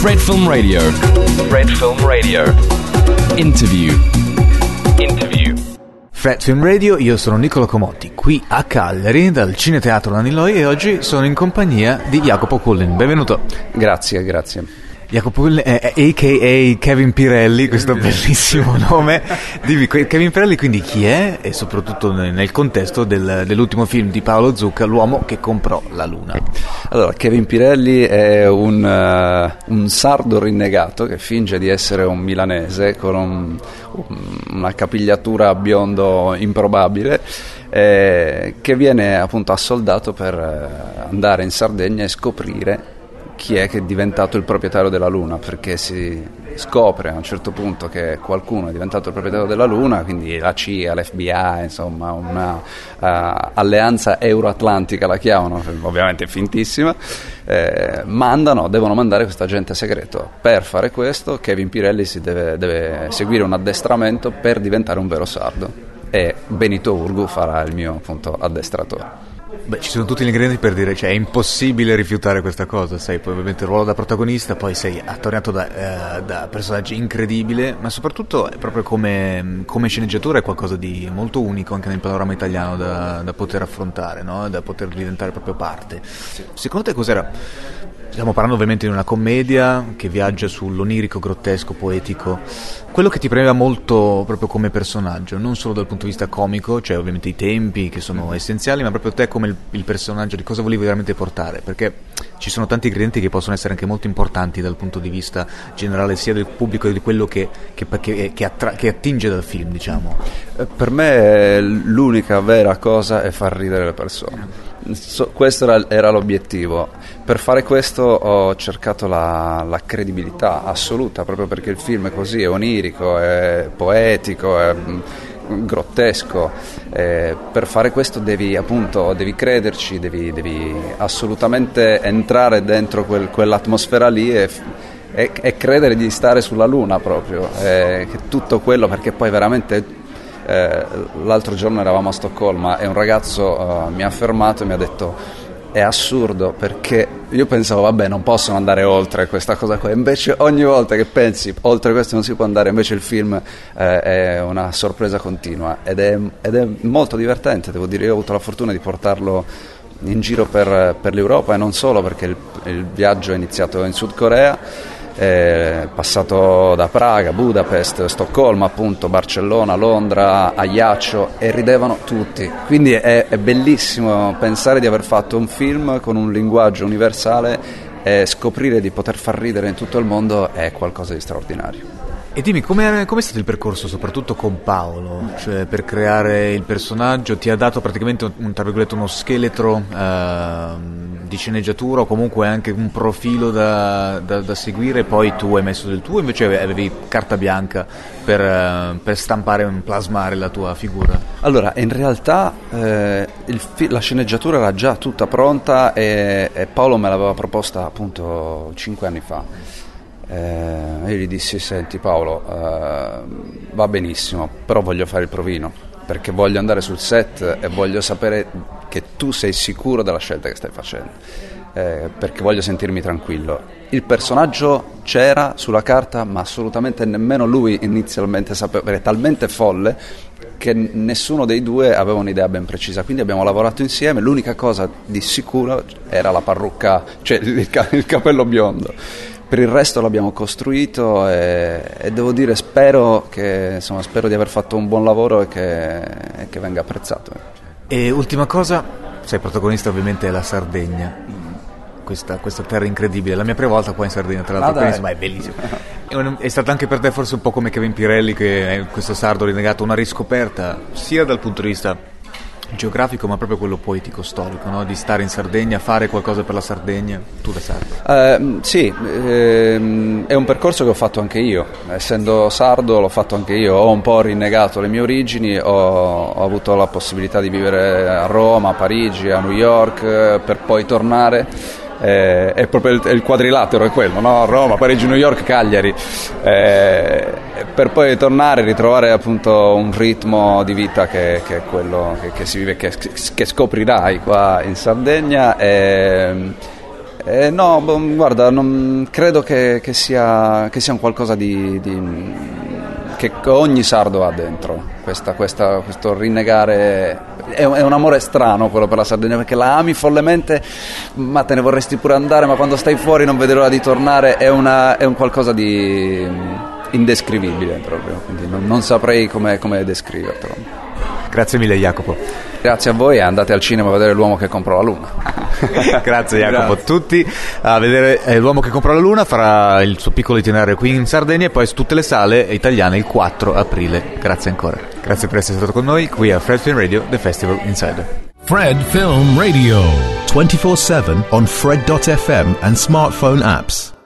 Red Film Radio. Red Film Radio. Interview. Red Film Radio, io sono Nicola Comotti, qui a Cagliari, dal Cineteatro Daniloi, e oggi sono in compagnia di Jacopo Cullin. Benvenuto. Grazie. Jacopo Cullin, a.k.a. Kevin Pirelli, questo bellissimo nome. Dimmi, Kevin Pirelli quindi chi è? E soprattutto nel contesto dell'ultimo film di Paolo Zucca, L'uomo che comprò la luna. Allora, Kevin Pirelli è un sardo rinnegato che finge di essere un milanese con una capigliatura biondo improbabile, che viene appunto assoldato per andare in Sardegna e scoprire chi è che è diventato il proprietario della Luna, perché si scopre a un certo punto che qualcuno è diventato il proprietario della Luna, quindi la CIA, l'FBI, insomma una alleanza euroatlantica la chiamano, ovviamente fintissima, devono mandare questo agente segreto. Per fare questo Kevin Pirelli deve seguire un addestramento per diventare un vero sardo, e Benito Urgu farà il mio appunto addestratore. Beh, ci sono tutti gli ingredienti per dire, cioè è impossibile rifiutare questa cosa, sai, poi ovviamente il ruolo da protagonista, poi sei attorniato da personaggi incredibili, ma soprattutto è proprio come sceneggiatura è qualcosa di molto unico anche nel panorama italiano da poter affrontare, no? Da poter diventare proprio parte. Secondo te cos'era? Stiamo parlando ovviamente di una commedia che viaggia sull'onirico, grottesco, poetico. Quello che ti premeva molto proprio come personaggio, non solo dal punto di vista comico, cioè ovviamente i tempi che sono essenziali, ma proprio te come il personaggio, di cosa volevi veramente portare, perché ci sono tanti ingredienti che possono essere anche molto importanti dal punto di vista generale sia del pubblico e di quello che attinge dal film, diciamo. Per me l'unica vera cosa è far ridere le persone. Questo era l'obiettivo. Per fare questo ho cercato la credibilità assoluta, proprio perché il film è così, è onirico, è poetico, è grottesco. Per fare questo devi crederci, devi assolutamente entrare dentro quell'atmosfera lì e credere di stare sulla Luna proprio, che tutto quello, perché poi veramente l'altro giorno eravamo a Stoccolma e un ragazzo mi ha fermato e mi ha detto: è assurdo, perché io pensavo vabbè, non possono andare oltre questa cosa qua, invece ogni volta che pensi oltre questo non si può andare, invece il film è una sorpresa continua ed è molto divertente, devo dire. Io ho avuto la fortuna di portarlo in giro per l'Europa e non solo, perché il viaggio è iniziato in Sud Corea, passato da Praga, Budapest, Stoccolma, appunto, Barcellona, Londra, Ajaccio, e ridevano tutti. Quindi è bellissimo pensare di aver fatto un film con un linguaggio universale, e scoprire di poter far ridere in tutto il mondo è qualcosa di straordinario. E dimmi, com'è stato il percorso soprattutto con Paolo? Cioè, per creare il personaggio ti ha dato praticamente tra virgolette uno scheletro di sceneggiatura, o comunque anche un profilo da seguire, e poi tu hai messo del tuo, invece avevi carta bianca per stampare, plasmare la tua figura? Allora, in realtà la sceneggiatura era già tutta pronta e Paolo me l'aveva proposta appunto 5 anni fa. Io gli dissi: senti Paolo, va benissimo, però voglio fare il provino, perché voglio andare sul set e voglio sapere che tu sei sicuro della scelta che stai facendo, perché voglio sentirmi tranquillo. Il personaggio c'era sulla carta, ma assolutamente nemmeno lui inizialmente sapeva, era talmente folle che nessuno dei due aveva un'idea ben precisa, quindi abbiamo lavorato insieme. L'unica cosa di sicuro era la parrucca, cioè il capello biondo. Per il resto l'abbiamo costruito e devo dire, spero di aver fatto un buon lavoro e che venga apprezzato. E ultima cosa, sei protagonista ovviamente della Sardegna, questa terra incredibile, la mia prima volta qua in Sardegna, tra l'altro, ma è bellissimo. È stata anche per te forse un po' come Kevin Pirelli, che è questo sardo rinnegato, una riscoperta sia dal punto di vista geografico ma proprio quello poetico, storico, no? Di stare in Sardegna, fare qualcosa per la Sardegna, tu da sardo. Sì, è un percorso che ho fatto anche io, essendo sardo l'ho fatto anche io, ho un po' rinnegato le mie origini, ho avuto la possibilità di vivere a Roma, a Parigi, a New York, per poi tornare. È proprio il quadrilatero, è quello, no? Roma, Parigi, New York, Cagliari, per poi tornare e ritrovare appunto un ritmo di vita che è quello che si vive, che scoprirai qua in Sardegna. No, guarda, credo che sia un qualcosa che ogni sardo ha dentro, questo rinnegare. È un amore strano quello per la Sardegna, perché la ami follemente, ma te ne vorresti pure andare, ma quando stai fuori non vedi l'ora di tornare. È un qualcosa di indescrivibile proprio, quindi non saprei come descrivertelo. Grazie mille Jacopo. Grazie a voi e andate al cinema a vedere L'uomo che comprò la luna. Grazie Jacopo. Grazie. Tutti a vedere L'uomo che comprò la luna, farà il suo piccolo itinerario qui in Sardegna e poi su tutte le sale italiane il 4 aprile. Grazie ancora. Grazie per essere stato con noi qui a Fred Film Radio, The Festival Insider. Fred Film Radio 24/7 on Fred.fm and smartphone apps.